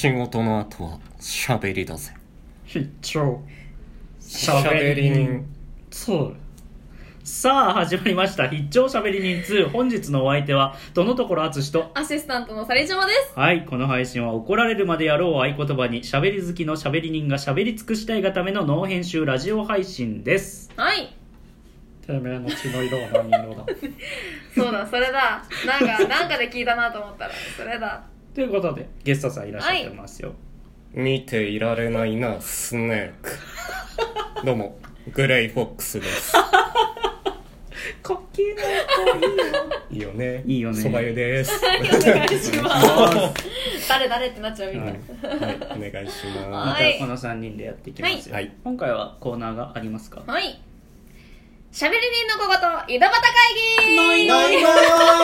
仕事の後は喋りだぜ。 必聴喋り人2。さあ始まりました必聴喋り人2。本日のお相手はどのところあつしとアシスタントのさりちまです。 はい、この配信は怒られるまでやろうを合言葉に喋り好きの喋り人が喋り尽くしたいがためのノー編集ラジオ配信です。 はい。 てめえの血の色は何色だそうだ、それだ。なんかで聞いたなと思ったらそれだ。 ということでゲストさんいらっしゃってますよ、 見ていられないな、スネーク。どうも、グレイフォックスです。 かっけえな。 いいよね。 いいよね。 そば湯です。 お願いします。誰ってなっちゃうみたいな。 はい、お願いしままはいたこの3人でやっていきますよ、 はい今回はコーナーがありますか？ はいしゃべり人の小言井戸端会議。 ないないな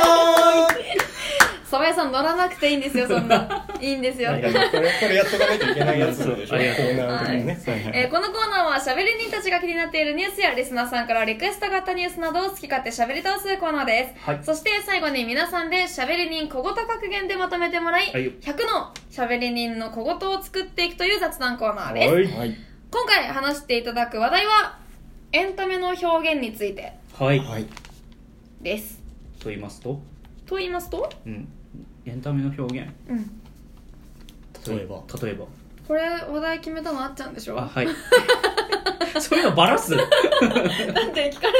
そば屋さん乗らなくていいんですよ。そんないいんですよ。 これやっとかないといけないやつでしょ。コありがとうーナーの時にね。 このコーナーはしゃべり人たちが気になっているニュースやリスナーさんからリクエストがあったニュースなどを好き勝手しゃべり倒すコーナーです、 はい、 そして最後に皆さんでしゃべり人小言格言でまとめてもらい、 はい、 100のしゃべり人の小言を作っていくという雑談コーナーです、 はい、 今回話していただく話題はエンタメの表現についてはい、 はい、 ですと言いますと、エンタメの表現、例えばこれ話題決めたのあっちゃんでしょ。 あ、はいそういうのバラすだって聞かれても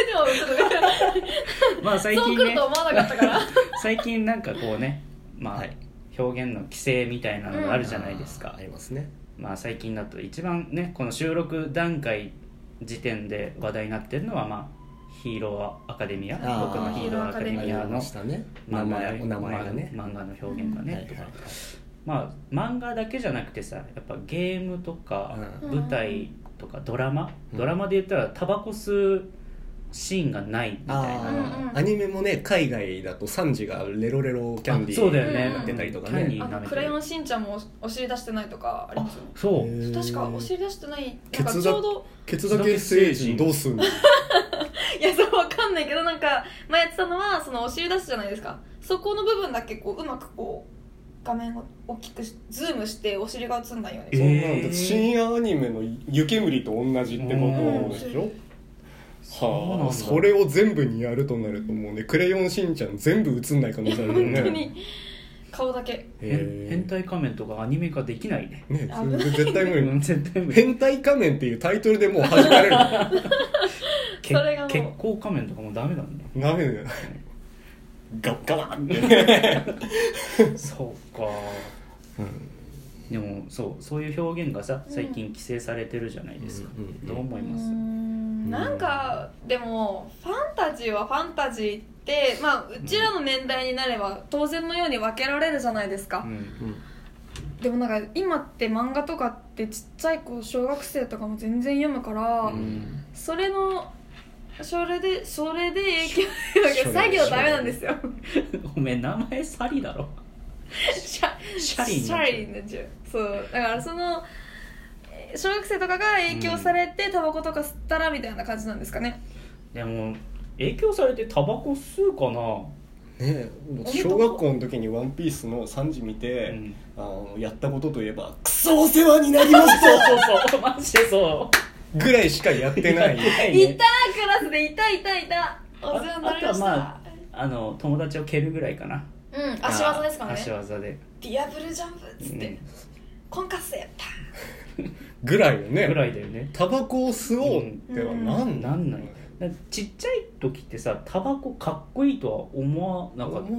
まあ最近ね、 そう来ると思わなかったから最近なんかこうね、まあ、 はい、 表現の規制みたいなのがあるじゃないですか、 ありますね。 まあ最近だと一番ね、この収録段階時点で話題になってるのは、まあヒーローアカデミア、僕のヒーローアカデミアの名前がね、 漫画の表現がね、とか、 はいはい、 まあ漫画だけじゃなくてさ、やっぱゲームとか舞台とかドラマで言ったらタバコ吸うシーンがないみたいな、 アニメもね、海外だとサンジがレロレロキャンディーそうだよね、 やってたりとかね、 クレヨンしんちゃんもお尻出してないとかありますよね。 そう確かお尻出してない、 ケツちょうどだけ成人どうすんのいや、そうわかんないけど、なんか前やってたのはそのお尻出すじゃないですか。そこの部分だけこううまくこう画面を大きくズームしてお尻が映んないように、 そうなんだ。深夜アニメの湯煙と同じってことでしょ。はあ、それを全部にやるとなるともうね、クレヨンしんちゃん全部映んない可能性あるよね。 本当に顔だけ。 変態仮面とかアニメ化できないね。 ね、絶対無理。 絶対無理。 変態仮面っていうタイトルでもう弾かれる。 それがもう血行仮面とかもダメなんだ。 ダメだよ。ガワンってそうか、でもそういう表現がさ、最近規制されてるじゃないですか、どう思います？ なんかでもファンタジーはファンタジーって、まあうちらの年代になれば当然のように分けられるじゃないですか、でもなんか今って漫画とかってちっちゃい子小学生とかも全然読むから、それで影響作業ダメなんですよごめん、名前サリだろシャリになっちゃう。そうだからその小学生とかが影響されてタバコとか吸ったらみたいな感じなんですかね。 でも影響されてタバコ吸うかなね。小学校の時にワンピースの3時見て、やったことといえばクソお世話になりましたそうマジでそうぐらいしかやってないいたクラスでいたお世話になりました。 あとはまあ友達を蹴るぐらいかな。 足技ですかね。 足技でディアブルジャンプっつって、コンカッセやったぐらいよね。 ぐらいだよね。 タバコを吸おうってはなんない。ちっちゃい時ってさ、タバコかっこいいとは思わなかった。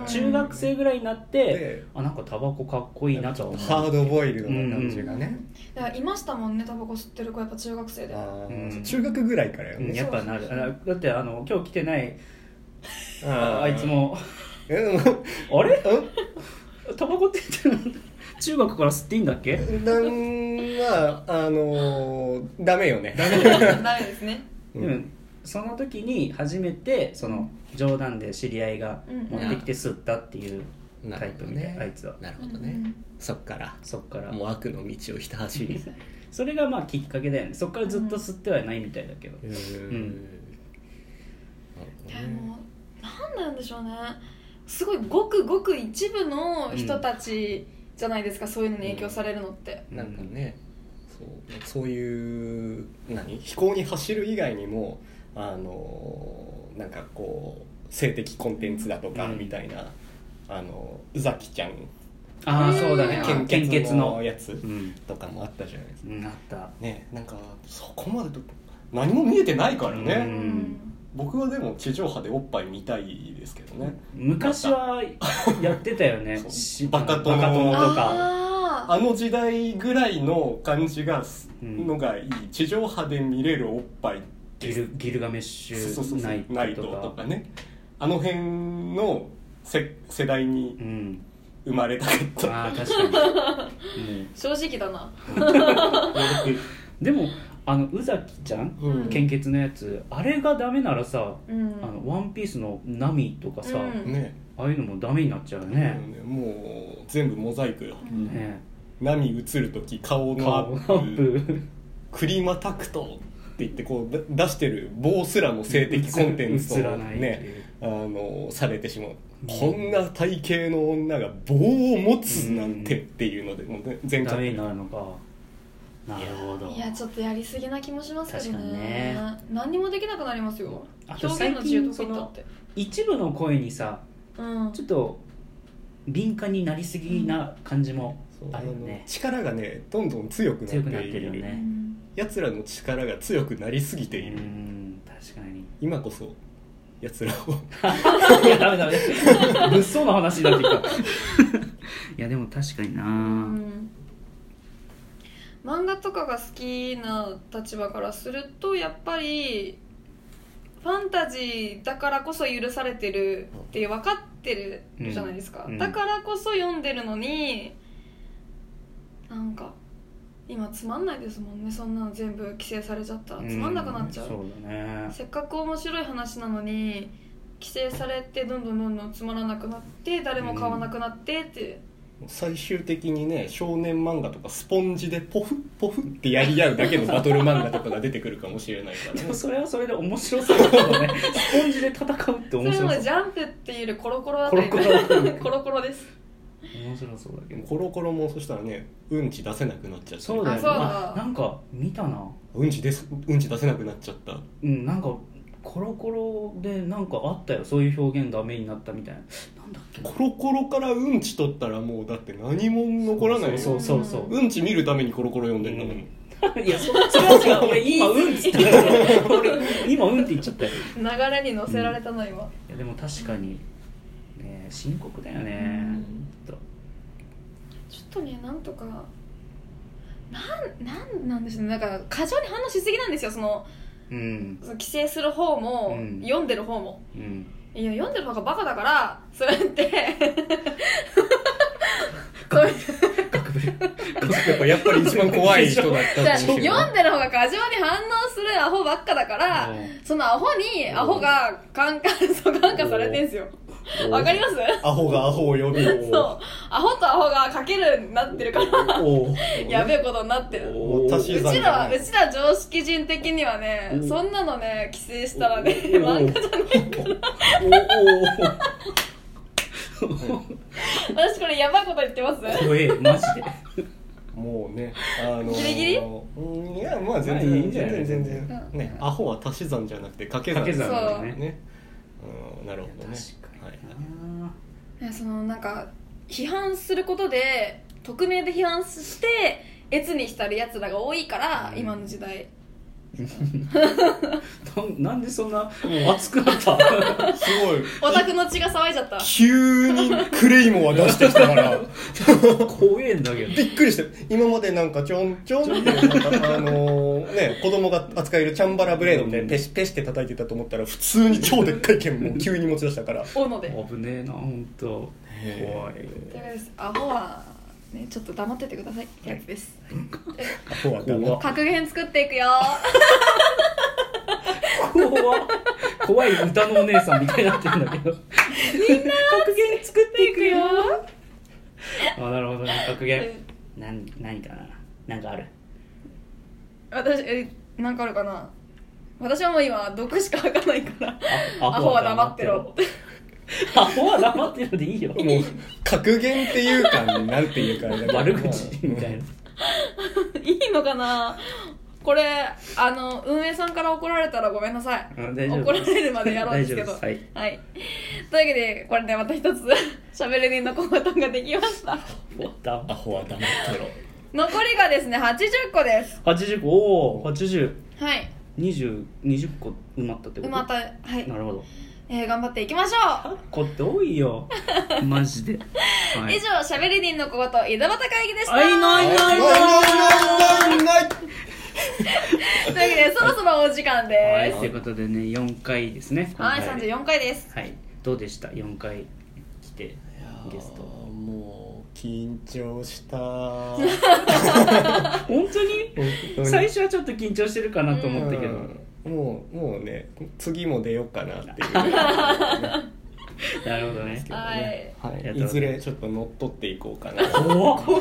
中学生ぐらいになってなんかタバコかっこいいなとは思う。 ハードボイルドな感じがね、 だからいましたもんね、タバコ吸ってる子やっぱ中学生で。 中学ぐらいからよね、 やっぱなる。だって今日来てないあいつもあれタバコって言ってる中学から吸っていいんだっけ？ ダメよね。 ダメですね。 その時に初めてその冗談で知り合いが持ってきて吸ったっていうタイプね、あいつは。 なるほどね。そっからもう悪の道をひた走りそれがまあきっかけだよね。そっからずっと吸ってはないみたいだけど。 でもなんなんでしょうね。すごいごくごく一部の人たちじじゃないですか、そういうのに影響されるのって、 なんかね、そういう飛行に走る以外にもなんかこう性的コンテンツだとかみたいな、宇崎ちゃん、 そうだね、献血のやつとかもあったじゃないですか、 あったね。なんかそこまでと何も見えてないからね、僕はでも地上波でおっぱい見たいですけどね。 昔はやってたよねバカ殿とかあの時代ぐらいの感じがのがいい、地上波で見れるおっぱい、 ギルガメッシュナイトとかね、あの辺の世代に生まれたかった、 確かに正直だなでも宇崎ちゃん、献血のやつ、あれがダメならさ、ワンピースのナミとかさ、ああいうのもダメになっちゃうよね、 もう全部モザイクよ、ナミ映るとき顔のアップクリマタクトって言ってこう出してる棒すらも性的コンテンツをねされてしまう、こんな体型の女が棒を持つなんてっていうのでもう全ダメになるのか。なるほど。 いやちょっとやりすぎな気もしますけどね。 何にもできなくなりますよ。 あと最近その一部の声にさ、ちょっと敏感になりすぎな感じもあるよね。 力がねどんどん強くなっているよね。奴らの力が強くなりすぎている。 確かに。 今こそ奴らをいやダメ物騒な話になってきたいやでも確かにな、 漫画とかが好きな立場からするとやっぱりファンタジーだからこそ許されてるって分かってるじゃないですか、だからこそ読んでるのになんか今つまんないですもんね。そんなの全部規制されちゃったらつまんなくなっちゃう、 そうだね。 せっかく面白い話なのに規制されてどんどんつまらなくなって誰も買わなくなってって、 最終的にね少年漫画とかスポンジでポフポフってやり合うだけのバトル漫画とかが出てくるかもしれないからね。 でもそれはそれで面白そうだけどねスポンジで戦うって面白そう。 それもジャンプっていうよりコロコロあたりコロコロです。 面白そうだけどコロコロもそしたらねうんち出せなくなっちゃった。 そうだよね。なんか見たな、 うんち出せなくなっちゃった。 なんかコロコロでなんかあったよ、そういう表現ダメになったみたいな。なんだっけ、 コロコロからうんち取ったらもうだって何も残らないよ。 そううんち見るためにコロコロ読んでるのに、 いやそれは違う。俺今うんって言った俺今うんって言っちゃったよ。 流れに乗せられたの今、 いやでも確かにね深刻だよね、 ちょっとねなんとかなんでしょうね、なんか過剰に反応しすぎなんですよ。その規制する方も、読んでる方も、いや読んでる方がバカだからそれってやっぱり一番怖い人だったかもしれない。 読んでる方が過剰に反応するアホばっかだから、そのアホにアホが感化されてんすよ。わかります？ アホがアホを呼び、 そうアホとアホがかけるになってるからやべえことになってる。うちら常識人的にはね、そんなのね規制したらね漫画じゃないから私これやばいこと言ってます？ 怖えマジでもうねギリギリ？ いやまあ全然ね、アホは足し算じゃなくて掛け算だね。なるほどね。 そのなんか批判することで匿名で批判して越に浸るやつらが多いから、今の時代なんでそんな熱くなったすごいオタクの血が騒いじゃった。 急にクレイモア出してきたから怖えんだけどびっくりして、今までなんかちょんちょんってなんかね子供が扱えるチャンバラブレードみたいにペシペシって叩いてたと思ったら普通に超でっかい剣も急に持ち出したから斧で危ねえな、ほんと怖い。 アホはね、ちょっと黙っててくださいってやつです。 格言作っていくよ怖い歌のお姉さんみたいになってるんだけどみんな格言作っていくよあ、なるほどね。格言何かな、なんかある？ 私なんかあるかな。私はもう今毒しか吐かないからアホは黙ってろアホは黙ってるのでいいよ。 もう格言っていうかなんていうか悪口みたいな。 いいのかなこれ運営さんから怒られたらごめんなさい。怒られるまでやろうんですけど。 はい、 はい、というわけでこれねまた一つ喋り人の小言ができました。 アホは黙ってろ。 残りがですね80個です。 80個。おお80。 はい。 20個埋まったってこと。 埋まった。はい。 なるほど。 頑張っていきましょう。 8個って多いよマジで、 はい、以上しゃべり人の小言井戸端会議でした。 ないというわけでそろそろお時間です。 はい、ということでね4回ですね。 はい34回です。 はい、どうでした4回来てゲスト。 もう緊張した本当に最初はちょっと緊張してるかなと思ったけど、 もうね次も出ようかなっていうなるほどね。 はい、 いずれちょっと乗っ取っていこうかな。 怖っ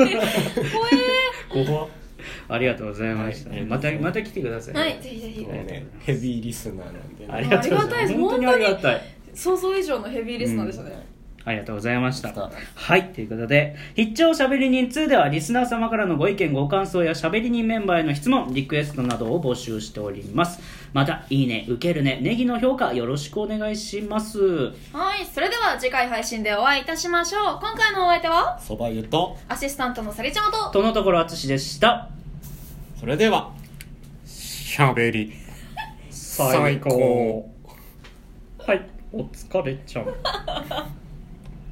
ありがとうございました、また来てください。 はい、ぜひぜひ。 ね、ヘビーリスナーなんで、ね、 ありがとうございます。本当にありがたい。 想像以上のヘビーリスナーでしたね、 ありがとうございました。はい、ということで必聴しゃべり人2ではリスナー様からのご意見ご感想やしゃべり人メンバーへの質問リクエストなどを募集しております。またいいね受けるねネギの評価よろしくお願いします。 はい、それでは次回配信でお会いいたしましょう。今回のお相手はそば湯とアシスタントのさりちゃんとのところあつしでした。 それではしゃべり最高。 はい、お疲れちゃん